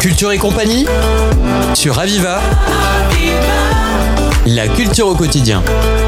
Culture et compagnie sur Aviva. La culture au quotidien.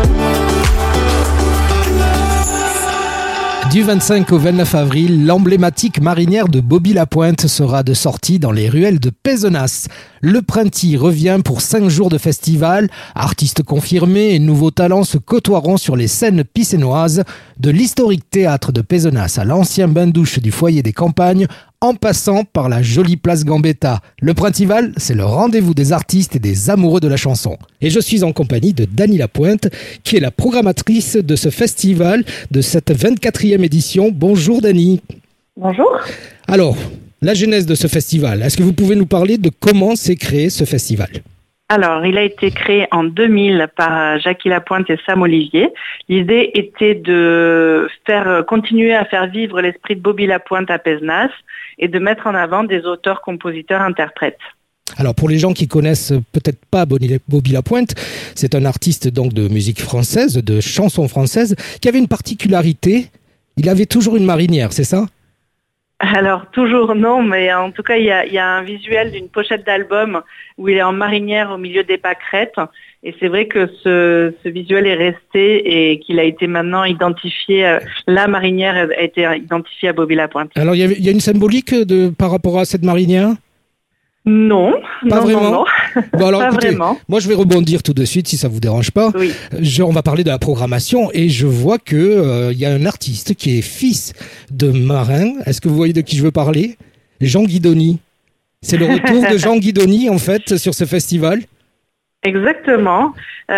Du 25 au 29 avril, l'emblématique marinière de Bobby-la-Pointe sera de sortie dans les ruelles de Pézenas. Le Printemps revient pour 5 jours de festival. Artistes confirmés et nouveaux talents se côtoieront sur les scènes pissénoises, de l'historique théâtre de Pézenas à l'ancien bain-douche du foyer des campagnes, en passant par la jolie place Gambetta. Le Printemps, c'est le rendez-vous des artistes et des amoureux de la chanson. Et je suis en compagnie de Dany Lapointe, qui est la programmatrice de ce festival, de cette 24e édition. Bonjour Dany. Bonjour. Alors, la genèse de ce festival, est-ce que vous pouvez nous parler de comment s'est créé ce festival ? Alors, il a été créé en 2000 par Jackie Lapointe et Sam Olivier. L'idée était de continuer à faire vivre l'esprit de Bobby-la-Pointe à Pézenas et de mettre en avant des auteurs, compositeurs, interprètes. Alors pour les gens qui connaissent peut-être pas Bobby-la-Pointe, c'est un artiste donc de musique française, de chansons françaises, qui avait une particularité. Il avait toujours une marinière, c'est ça ? Alors toujours non, mais en tout cas il y a un visuel d'une pochette d'album où il est en marinière au milieu des pâquerettes. Et c'est vrai que ce visuel est resté et qu'il a été maintenant identifié, la marinière a été identifiée à Bobby-la-Pointe. Alors il y a une symbolique par rapport à cette marinière ? Non, pas vraiment. Non. Bon, alors, pas écoutez, vraiment. Moi, je vais rebondir tout de suite si ça vous dérange pas. Oui. On va parler de la programmation et je vois que y a un artiste qui est fils de marin. Est-ce que vous voyez de qui je veux parler ? Jean Guidoni. C'est le retour de Jean Guidoni en fait sur ce festival. Exactement. Il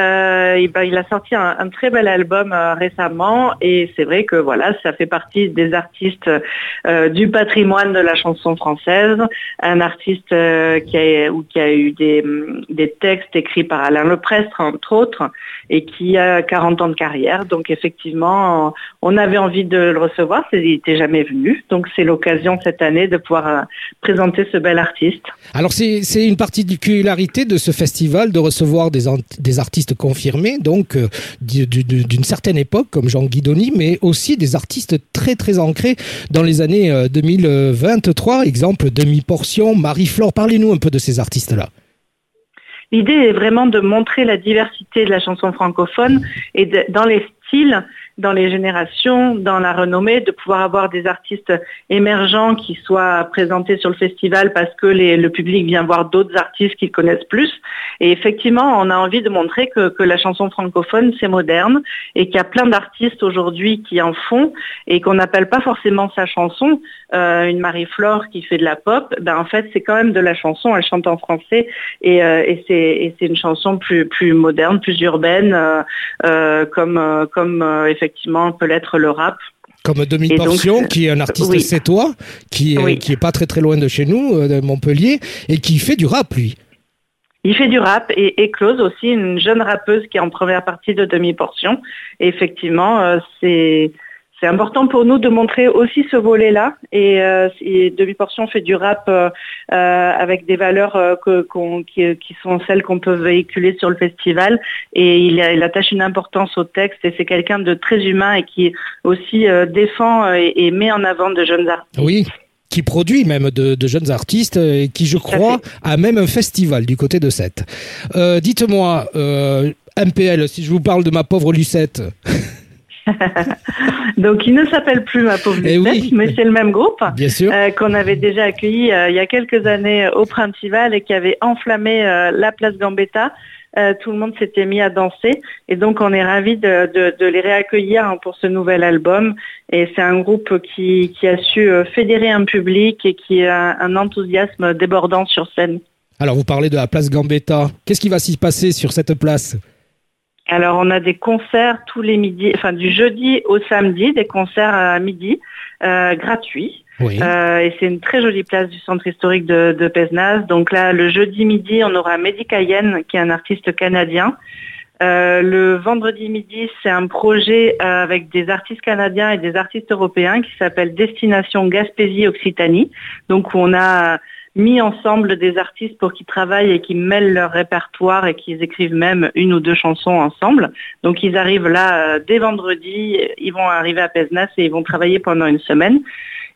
a sorti un très bel album récemment et c'est vrai que voilà, ça fait partie des artistes du patrimoine de la chanson française. Un artiste qui a eu des textes écrits par Alain Leprestre entre autres et qui a 40 ans de carrière. Donc effectivement, on avait envie de le recevoir. Il n'était jamais venu. Donc c'est l'occasion cette année de pouvoir présenter ce bel artiste. Alors c'est une particularité de ce festival de recevoir des artistes confirmés, donc d'une certaine époque, comme Jean Guidoni, mais aussi des artistes très très ancrés dans les années 2023, exemple Demi-Portion, Marie-Flore. Parlez-nous un peu de ces artistes-là. L'idée est vraiment de montrer la diversité de la chanson francophone et dans les styles, dans les générations, dans la renommée, de pouvoir avoir des artistes émergents qui soient présentés sur le festival parce que le public vient voir d'autres artistes qu'ils connaissent plus. Et effectivement, on a envie de montrer que la chanson francophone, c'est moderne et qu'il y a plein d'artistes aujourd'hui qui en font et qu'on n'appelle pas forcément sa chanson. Une Marie-Flore qui fait de la pop, en fait, c'est quand même de la chanson. Elle chante en français et c'est une chanson plus moderne, plus urbaine, comme effectivement peut l'être le rap. Comme Demi-Portion, qui est un artiste sétois, qui est pas très très loin de chez nous, de Montpellier, et qui fait du rap, lui. Il fait du rap et Éclose aussi, une jeune rappeuse qui est en première partie de Demi-Portion. Et effectivement, c'est important pour nous de montrer aussi ce volet-là. Et Demi-Portion fait du rap avec des valeurs qui sont celles qu'on peut véhiculer sur le festival. Et il attache une importance au texte. Et c'est quelqu'un de très humain et qui aussi défend et met en avant de jeunes artistes. Oui. Qui produit même de jeunes artistes et qui, je crois, a même un festival du côté de Sète. Dites-moi, MPL, si je vous parle de ma pauvre Lucette. Donc il ne s'appelle plus Ma Pauvre Lucette, mais c'est le même groupe. Bien sûr. Qu'on avait déjà accueilli il y a quelques années au Printemps et qui avait enflammé la place Gambetta. Tout le monde s'était mis à danser et donc on est ravis de les réaccueillir pour ce nouvel album et c'est un groupe qui a su fédérer un public et qui a un enthousiasme débordant sur scène. Alors vous parlez de la place Gambetta, qu'est-ce qui va s'y passer sur cette place ? Alors on a des concerts tous les midis, enfin du jeudi au samedi, des concerts à midi gratuits. Oui. Et c'est une très jolie place du centre historique de Pézenas. Donc là, le jeudi midi, on aura Mehdi Cayenne, qui est un artiste canadien. Le vendredi midi, c'est un projet avec des artistes canadiens et des artistes européens qui s'appelle Destination Gaspésie-Occitanie. Donc où on a mis ensemble des artistes pour qu'ils travaillent et qu'ils mêlent leur répertoire et qu'ils écrivent même une ou deux chansons ensemble. Donc ils arrivent là dès vendredi, ils vont arriver à Pézenas et ils vont travailler pendant une semaine.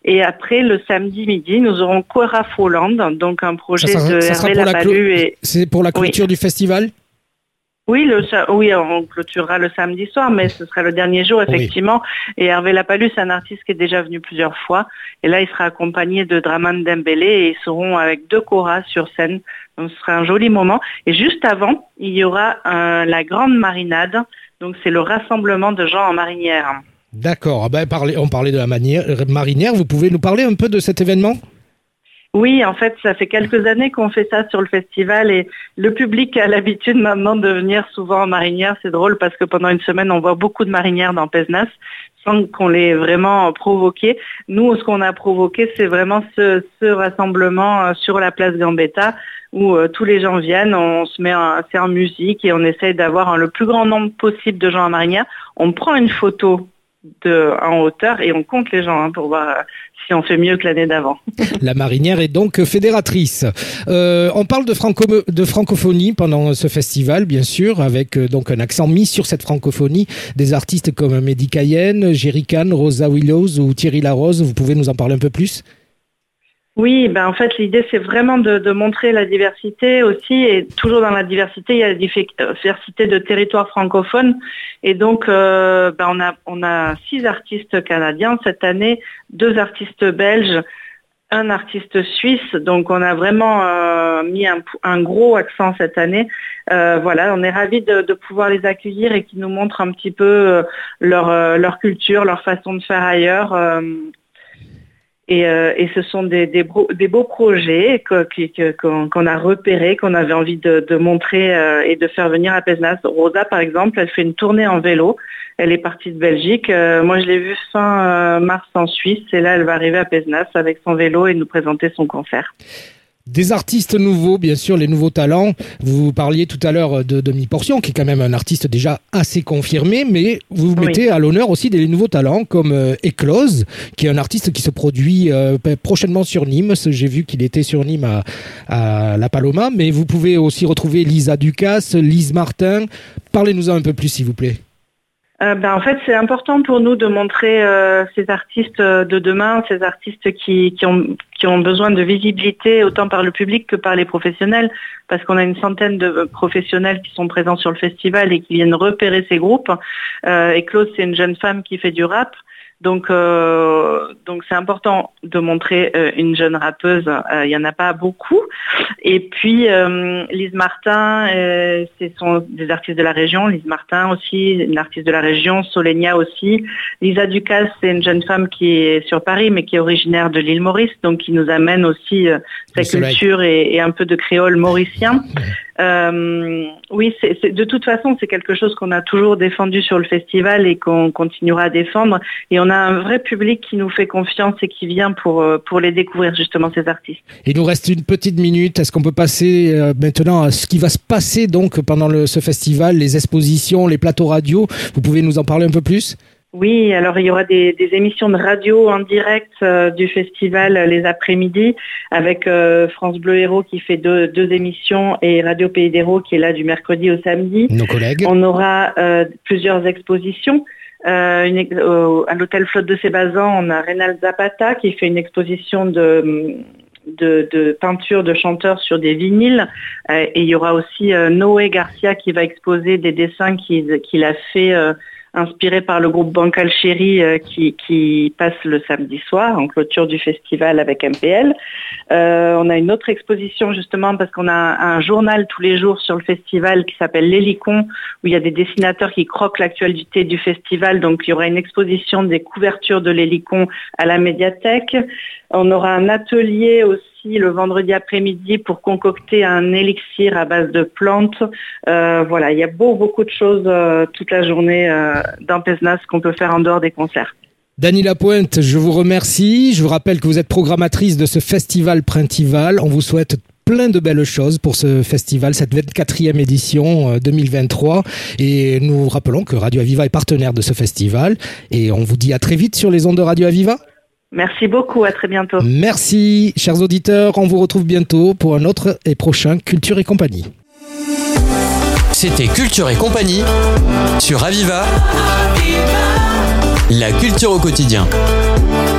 Et après, le samedi midi, nous aurons Cora Froland, donc un projet de Hervé Lapalu. C'est pour la clôture du festival ? Oui, on clôturera le samedi soir, mais ce sera le dernier jour, effectivement. Oui. Et Hervé Lapalu, c'est un artiste qui est déjà venu plusieurs fois. Et là, il sera accompagné de Draman Dembélé et ils seront avec 2 choras sur scène. Donc, ce sera un joli moment. Et juste avant, il y aura la Grande Marinade. Donc, c'est le rassemblement de gens en marinière. D'accord. On parlait de la marinière. Vous pouvez nous parler un peu de cet événement ? Oui, en fait, ça fait quelques années qu'on fait ça sur le festival et le public a l'habitude maintenant de venir souvent en marinière. C'est drôle parce que pendant une semaine, on voit beaucoup de marinières dans Pézenas sans qu'on l'ait vraiment provoqué. Nous, ce qu'on a provoqué, c'est vraiment ce rassemblement sur la place Gambetta où tous les gens viennent, on se met c'est en musique et on essaye d'avoir le plus grand nombre possible de gens en marinière. On prend une photo en hauteur et on compte les gens pour voir si on fait mieux que l'année d'avant. La marinière est donc fédératrice. On parle de francophonie pendant ce festival, bien sûr, avec donc un accent mis sur cette francophonie. Des artistes comme Mehdi Cayenne, Jerry Khan, Rosa Willows ou Thierry Larose. Vous pouvez nous en parler un peu plus ? Oui, en fait, l'idée, c'est vraiment de montrer la diversité aussi. Et toujours dans la diversité, il y a la diversité de territoires francophones. Et donc, on a 6 artistes canadiens cette année, 2 artistes belges, un artiste suisse. Donc, on a vraiment mis un gros accent cette année. On est ravis de pouvoir les accueillir et qu'ils nous montrent un petit peu leur culture, leur façon de faire ailleurs. Et ce sont des beaux projets qu'on a repérés, qu'on avait envie de montrer et de faire venir à Pézenas. Rosa, par exemple, elle fait une tournée en vélo. Elle est partie de Belgique. Moi, je l'ai vue fin mars en Suisse. Et là, elle va arriver à Pézenas avec son vélo et nous présenter son concert. Des artistes nouveaux, bien sûr, les nouveaux talents. Vous parliez tout à l'heure de Demi-Portion, qui est quand même un artiste déjà assez confirmé, mais vous mettez à l'honneur aussi des nouveaux talents comme Éclose, qui est un artiste qui se produit prochainement sur Nîmes. J'ai vu qu'il était sur Nîmes à La Paloma, mais vous pouvez aussi retrouver Lisa Ducasse, Lise Martin. Parlez-nous un peu plus, s'il vous plaît. En fait, c'est important pour nous de montrer ces artistes de demain, ces artistes qui ont besoin de visibilité autant par le public que par les professionnels, parce qu'on a une centaine de professionnels qui sont présents sur le festival et qui viennent repérer ces groupes. Et Claude, c'est une jeune femme qui fait du rap. Donc c'est important de montrer une jeune rappeuse. Il y en a pas beaucoup. Et puis Lise Martin, ce sont des artistes de la région. Lise Martin aussi, une artiste de la région. Solenia aussi. Lisa Ducasse, c'est une jeune femme qui est sur Paris, mais qui est originaire de l'île Maurice, donc qui nous amène aussi sa culture et un peu de créole mauricien. Oui, c'est de toute façon, c'est quelque chose qu'on a toujours défendu sur le festival et qu'on continuera à défendre. Et on a un vrai public qui nous fait confiance et qui vient pour les découvrir, justement, ces artistes. Il nous reste une petite minute. Est-ce qu'on peut passer maintenant à ce qui va se passer donc pendant ce festival, les expositions, les plateaux radio? Vous pouvez nous en parler un peu plus? Oui, alors il y aura des émissions de radio en direct du festival les après-midi avec France Bleu Héros qui fait deux émissions et Radio Pays d'Hérault qui est là du mercredi au samedi. Nos collègues. On aura plusieurs expositions. À l'hôtel Flotte de Sébazan, on a Reynald Zapata qui fait une exposition de peinture de chanteurs sur des vinyles. Et il y aura aussi Noé Garcia qui va exposer des dessins qu'il a fait inspiré par le groupe Bancal Chéri qui passe le samedi soir en clôture du festival avec MPL. On a une autre exposition justement parce qu'on a un journal tous les jours sur le festival qui s'appelle l'Hélicon où il y a des dessinateurs qui croquent l'actualité du festival. Donc il y aura une exposition des couvertures de l'Hélicon à la médiathèque. On aura un atelier aussi le vendredi après-midi pour concocter un élixir à base de plantes. Voilà, il y a beaucoup de choses toute la journée dans Pézenas qu'on peut faire en dehors des concerts. Dany Lapointe, je vous remercie. Je vous rappelle que vous êtes programmatrice de ce festival Printival. On vous souhaite plein de belles choses pour ce festival, cette 24e édition 2023. Et nous rappelons que Radio Aviva est partenaire de ce festival. Et on vous dit à très vite sur les ondes de Radio Aviva. Merci beaucoup, à très bientôt. Merci, chers auditeurs. On vous retrouve bientôt pour un autre et prochain Culture et Compagnie. C'était Culture et Compagnie sur Aviva, la culture au quotidien.